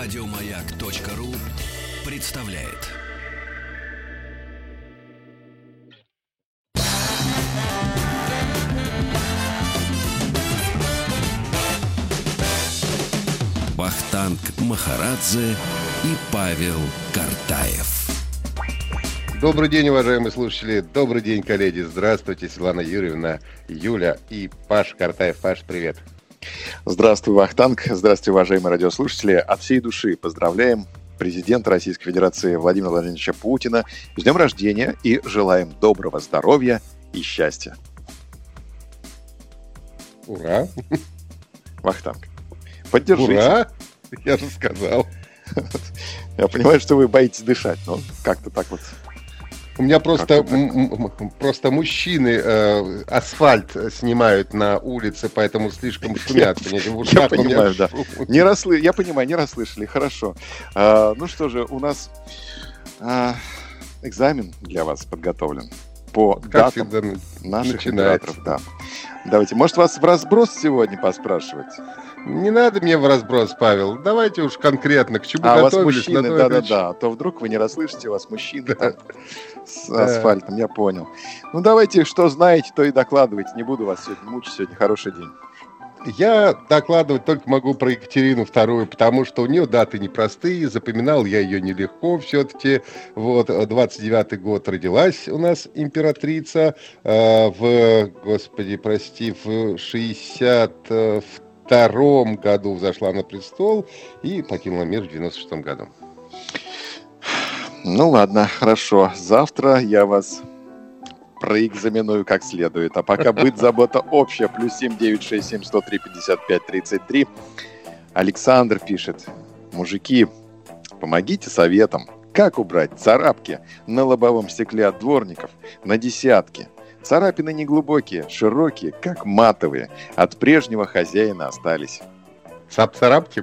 Радиомаяк.ру представляет. Вахтанг Махарадзе и Павел Картаев. Добрый день, уважаемые слушатели. Добрый день, коллеги. Здравствуйте, Светлана Юрьевна, Юля и Паш Картаев. Паш, привет. Здравствуй, Вахтанг. Здравствуйте, уважаемые радиослушатели. От всей души поздравляем президента Российской Федерации Владимира Владимировича Путина с днем рождения и желаем доброго здоровья и счастья. Ура! Вахтанг, поддержите. Ура! Я же сказал. Я понимаю, что вы боитесь дышать, но как-то так вот. У меня просто мужчины асфальт снимают на улице, поэтому слишком шумят. Я понимаю, да. Я понимаю, не расслышали. Хорошо. Ну что же, у нас экзамен для вас подготовлен по датам наших императоров. Да. Давайте, может, вас в разброс сегодня поспрашивать? Не надо мне в разброс, Павел. Давайте уж конкретно, к чему готовились. А у вас мужчины, да-да-да. А то вдруг вы не расслышите, у вас мужчины там с асфальтом, я понял. Ну, давайте, что знаете, то и докладывайте. Не буду вас сегодня мучить, сегодня хороший день. Я докладывать только могу про Екатерину II, потому что у нее даты непростые, запоминал я ее нелегко все-таки. Вот, 29-й год родилась у нас императрица, в 62-м году взошла на престол и покинула мир в 96-м году. Ну ладно, хорошо. Завтра я вас проэкзаменую как следует. А пока быт, забота общая. +7 967 103 55 33. Александр пишет: мужики, помогите советом. Как убрать царапки на лобовом стекле от дворников на десятки? Царапины неглубокие, широкие, как матовые. От прежнего хозяина остались. Царапки?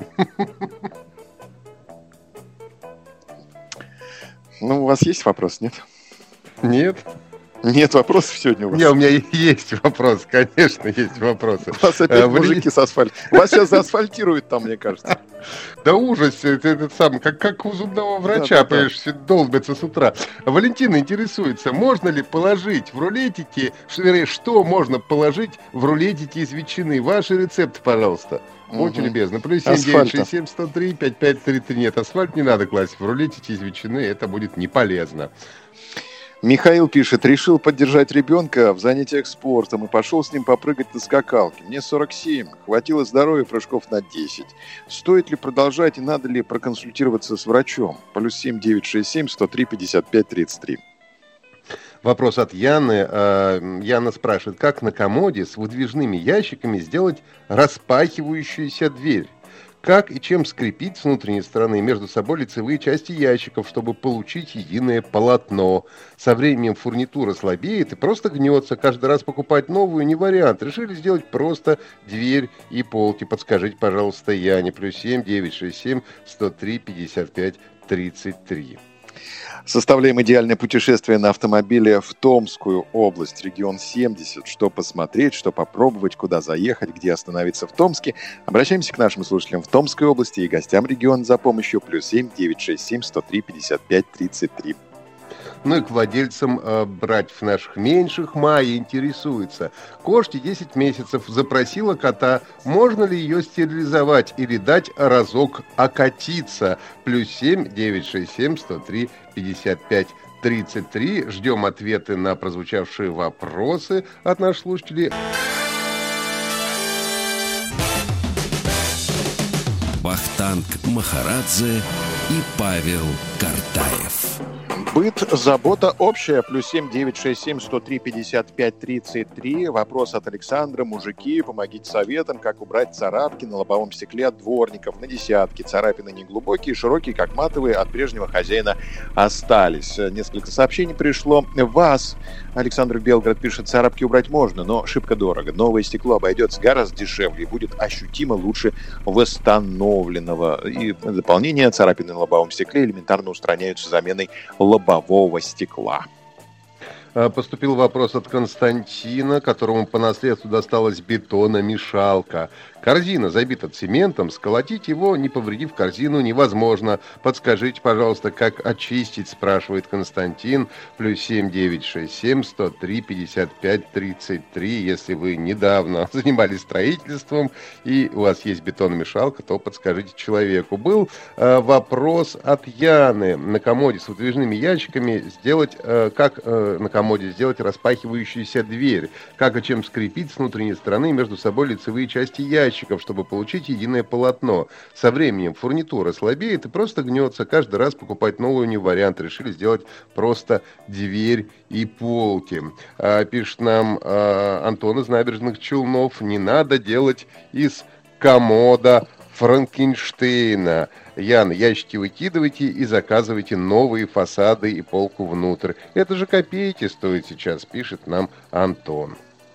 Ну, у вас есть вопрос, нет? Нет. Нет вопросов сегодня у вас? Не, у меня есть вопрос, конечно, есть вопросы. У вас опять мужики с асфальтом. Вас сейчас заасфальтируют там, мне кажется. Да ужас, это самое, как у зубного врача, понимаешь, все долбятся с утра. Валентина интересуется, можно ли положить в рулетики, что можно положить в рулетики из ветчины? Ваши рецепты, пожалуйста. Очень любезно. +7 967 103 55 33. Нет, асфальт не надо класть в рулетики из ветчины, это будет не полезно. Михаил пишет: решил поддержать ребенка в занятиях спортом и пошел с ним попрыгать на скакалке. Мне 47, хватило здоровья прыжков на 10. Стоит ли продолжать и надо ли проконсультироваться с врачом? +7 967 103 55 33. Вопрос от Яны. Яна спрашивает, как на комоде с выдвижными ящиками сделать распахивающуюся дверь? Как и чем скрепить с внутренней стороны между собой лицевые части ящиков, чтобы получить единое полотно? Со временем фурнитура слабеет и просто гнется. Каждый раз покупать новую не вариант. Решили сделать просто дверь и полки. Подскажите, пожалуйста, Яне. +7 967 103 55 33. Составляем идеальное путешествие на автомобиле в Томскую область, регион 70. Что посмотреть, что попробовать, куда заехать, где остановиться в Томске. Обращаемся к нашим слушателям в Томской области и гостям региона за помощью. +7 967 103 55 33. Ну и к владельцам братьев наших меньших. Майя интересуется. Кошке 10 месяцев, запросила кота, можно ли ее стерилизовать или дать разок окатиться. +7 967 103 55 33. Ждем ответы на прозвучавшие вопросы от наших слушателей. Вахтанг Махарадзе и Павел Картаев. Быт, забота общая. +7 967 103 55 33. Вопрос от Александра. Мужики, помогите советом, как убрать царапки на лобовом стекле от дворников на десятки. Царапины не глубокие, широкие, как матовые, от прежнего хозяина остались. Несколько сообщений пришло. Вас, Александр Белгород пишет: царапки убрать можно, но шибко дорого. Новое стекло обойдется гораздо дешевле и будет ощутимо лучше восстановленного. И дополнение: царапины на лобовом стекле элементарно устраняются заменой лобового стекла. Поступил вопрос от Константина, которому по наследству досталась бетономешалка. Корзина забита цементом, сколотить его, не повредив корзину, невозможно. Подскажите, пожалуйста, как очистить, спрашивает Константин. +7 967 103 55 33. Если вы недавно занимались строительством и у вас есть бетономешалка, то подскажите человеку. Был вопрос от Яны. На комоде с выдвижными ящиками сделать, как на комоде сделать распахивающуюся дверь? Как и чем скрепить с внутренней стороны между собой лицевые части ящиков, чтобы получить единое полотно. Со временем фурнитура слабеет и просто гнется. Каждый раз покупать новый не вариант. Решили сделать просто дверь и полки. Пишет нам Антон из Набережных Челнов. Не надо делать из комода Франкенштейна. Яна, ящики выкидывайте и заказывайте новые фасады и полку внутрь. Это же копейки стоит сейчас, пишет нам Антон.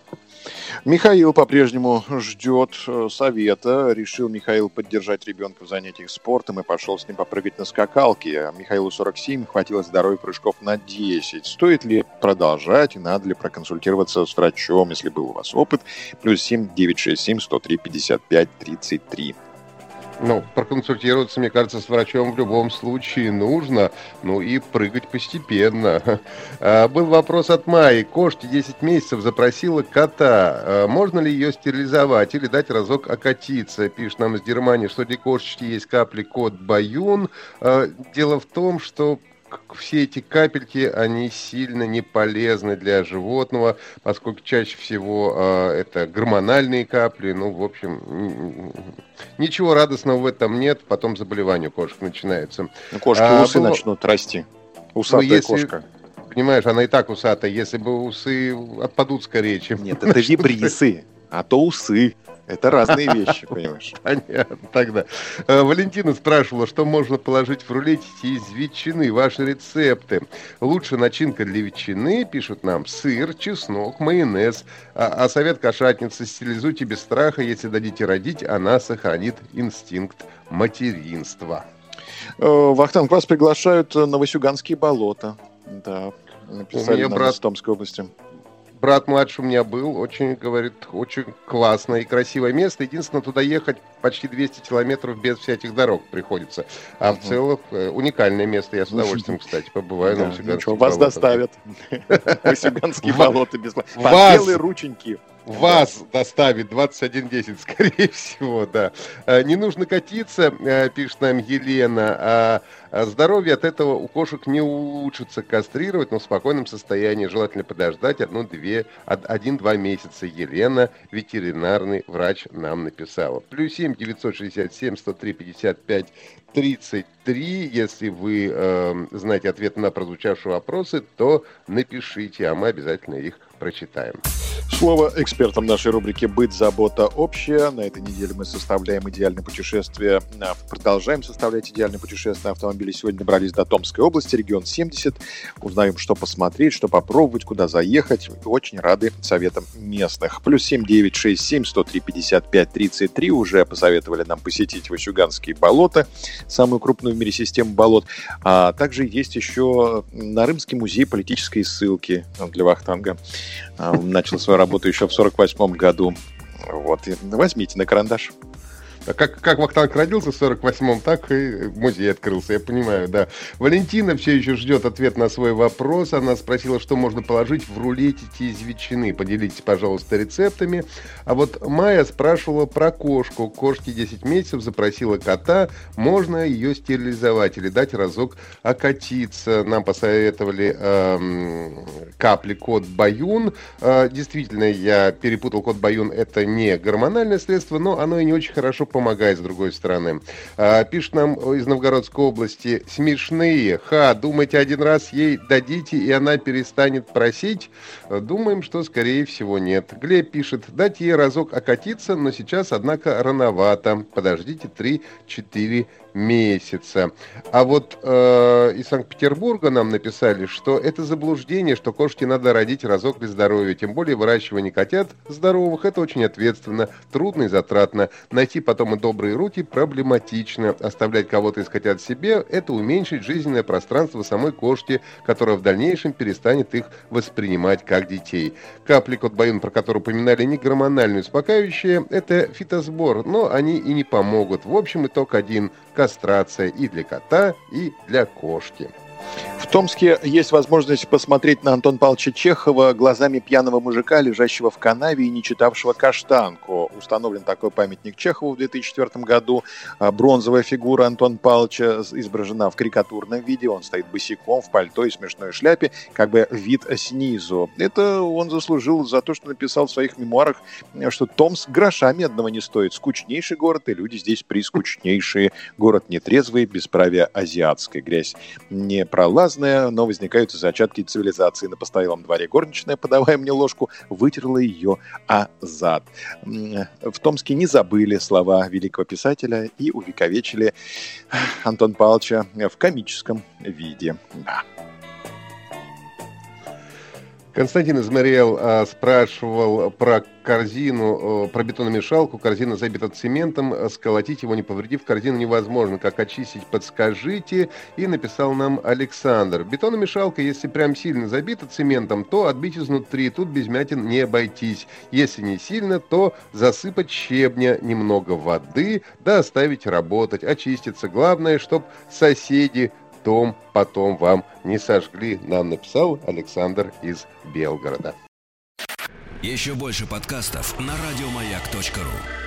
Михаил по-прежнему ждет совета. Решил Михаил поддержать ребенка в занятиях спортом и пошел с ним попрыгать на скакалке. Михаилу 47, хватило здоровья прыжков на 10. Стоит ли продолжать и надо ли проконсультироваться с врачом, если был у вас опыт? +7 967 103 55 33. Ну, проконсультироваться, мне кажется, с врачом в любом случае нужно, ну и прыгать постепенно. Был вопрос от Майи. Кошке 10 месяцев запросила кота. Можно ли ее стерилизовать или дать разок окатиться? Пишет нам из Германии, что для кошечки есть капли кот Баюн. Дело в том, что все эти капельки, они сильно не полезны для животного, поскольку чаще всего это гормональные капли. Ну, в общем, ничего радостного в этом нет. Потом заболевания у кошек начинаются. У кошки усы начнут расти. Усатая кошка. Понимаешь, она и так усатая. Если бы усы отпадут скорее, чем... Нет, это вибрисы, а то усы. Это разные вещи, понимаешь? Понятно, тогда. Валентина спрашивала, что можно положить в рулетики из ветчины, ваши рецепты. Лучшая начинка для ветчины, пишут нам, сыр, чеснок, майонез. А совет кошатницы: стерилизуйте без страха, если дадите родить, она сохранит инстинкт материнства. Вахтанг, вас приглашают на Васюганские болота. Да, написали нам брат... из Томской области. Брат младший у меня был, очень, говорит, очень классное и красивое место. Единственное, туда ехать почти 200 километров без всяких дорог приходится. А в целом уникальное место. Я с удовольствием, кстати, побываю на Васюганских болотах. Вас доставят. Васюганские болота бесплатно. По белой рученьки. Вас доставит 2110, скорее всего, да. Не нужно катиться, пишет нам Елена. Здоровье от этого у кошек не улучшится. Кастрировать, но в спокойном состоянии. Желательно подождать 1-2 месяца. Елена, ветеринарный врач, нам написала. +7 967 103 55 33. Если вы знаете ответы на прозвучавшие вопросы, то напишите, а мы обязательно их прочитаем. Слово экспертам нашей рубрики «Быт, забота, общая». На этой неделе мы составляем идеальное путешествие. Продолжаем составлять идеальное путешествие на автомобиле. Сегодня добрались до Томской области, регион 70. Узнаем, что посмотреть, что попробовать, куда заехать. Очень рады советам местных. +7 967 103 55 33. Уже посоветовали нам посетить Васюганские болота, самую крупную в мире систему болот. А также есть еще Нарымский музей политической ссылки для Вахтанга. Начал свою работу еще в 1948 году. Вот, возьмите на карандаш. Как Вахтанг родился в 48-м, так и музей открылся, я понимаю, да. Валентина все еще ждет ответ на свой вопрос. Она спросила, что можно положить в рулетики из ветчины. Поделитесь, пожалуйста, рецептами. А вот Майя спрашивала про кошку. Кошке 10 месяцев, запросила кота. Можно ее стерилизовать или дать разок окатиться. Нам посоветовали капли кот Баюн. Действительно, я перепутал, кот Баюн — это не гормональное средство, но оно и не очень хорошо помогает, с другой стороны. Пишет нам из Новгородской области: смешные. Думаете, один раз ей дадите, и она перестанет просить? Думаем, что, скорее всего, нет. Глеб пишет: дать ей разок окатиться, но сейчас, однако, рановато. Подождите 3-4 месяца. А вот из Санкт-Петербурга нам написали, что это заблуждение, что кошке надо родить разок для здоровья. Тем более выращивание котят здоровых – это очень ответственно, трудно и затратно. Найти потом и добрые руки проблематично. Оставлять кого-то из котят себе – это уменьшить жизненное пространство самой кошки, которая в дальнейшем перестанет их воспринимать как детей. Капли Котбаюн, про которые упоминали, не гормональные успокаивающие – это фитосбор, но они и не помогут. В общем, итог один – кастрация и для кота, и для кошки. В Томске есть возможность посмотреть на Антона Павловича Чехова глазами пьяного мужика, лежащего в канаве и не читавшего «Каштанку». Установлен такой памятник Чехову в 2004 году. Бронзовая фигура Антона Павловича изображена в карикатурном виде. Он стоит босиком, в пальто и смешной шляпе, как бы вид снизу. Это он заслужил за то, что написал в своих мемуарах, что Томск гроша медного не стоит. Скучнейший город, и люди здесь прискучнейшие. Город нетрезвый, бесправие азиатское, грязь не пролазная, но возникают зачатки цивилизации. На постоялом дворе горничная, подавая мне ложку, вытерла ее о зад. В Томске не забыли слова великого писателя и увековечили Антона Павловича в комическом виде. Да. Константин Измариэл спрашивал про корзину, про бетономешалку. Корзина забита цементом, сколотить его, не повредив корзину, невозможно. Как очистить, подскажите. И написал нам Александр. Бетономешалка, если прям сильно забита цементом, то отбить изнутри. Тут без мятин не обойтись. Если не сильно, то засыпать щебня, немного воды, да оставить работать, очиститься. Главное, чтобы соседи дом потом вам не сожгли, нам написал Александр из Белгорода. Еще больше подкастов на радиомаяк.ру.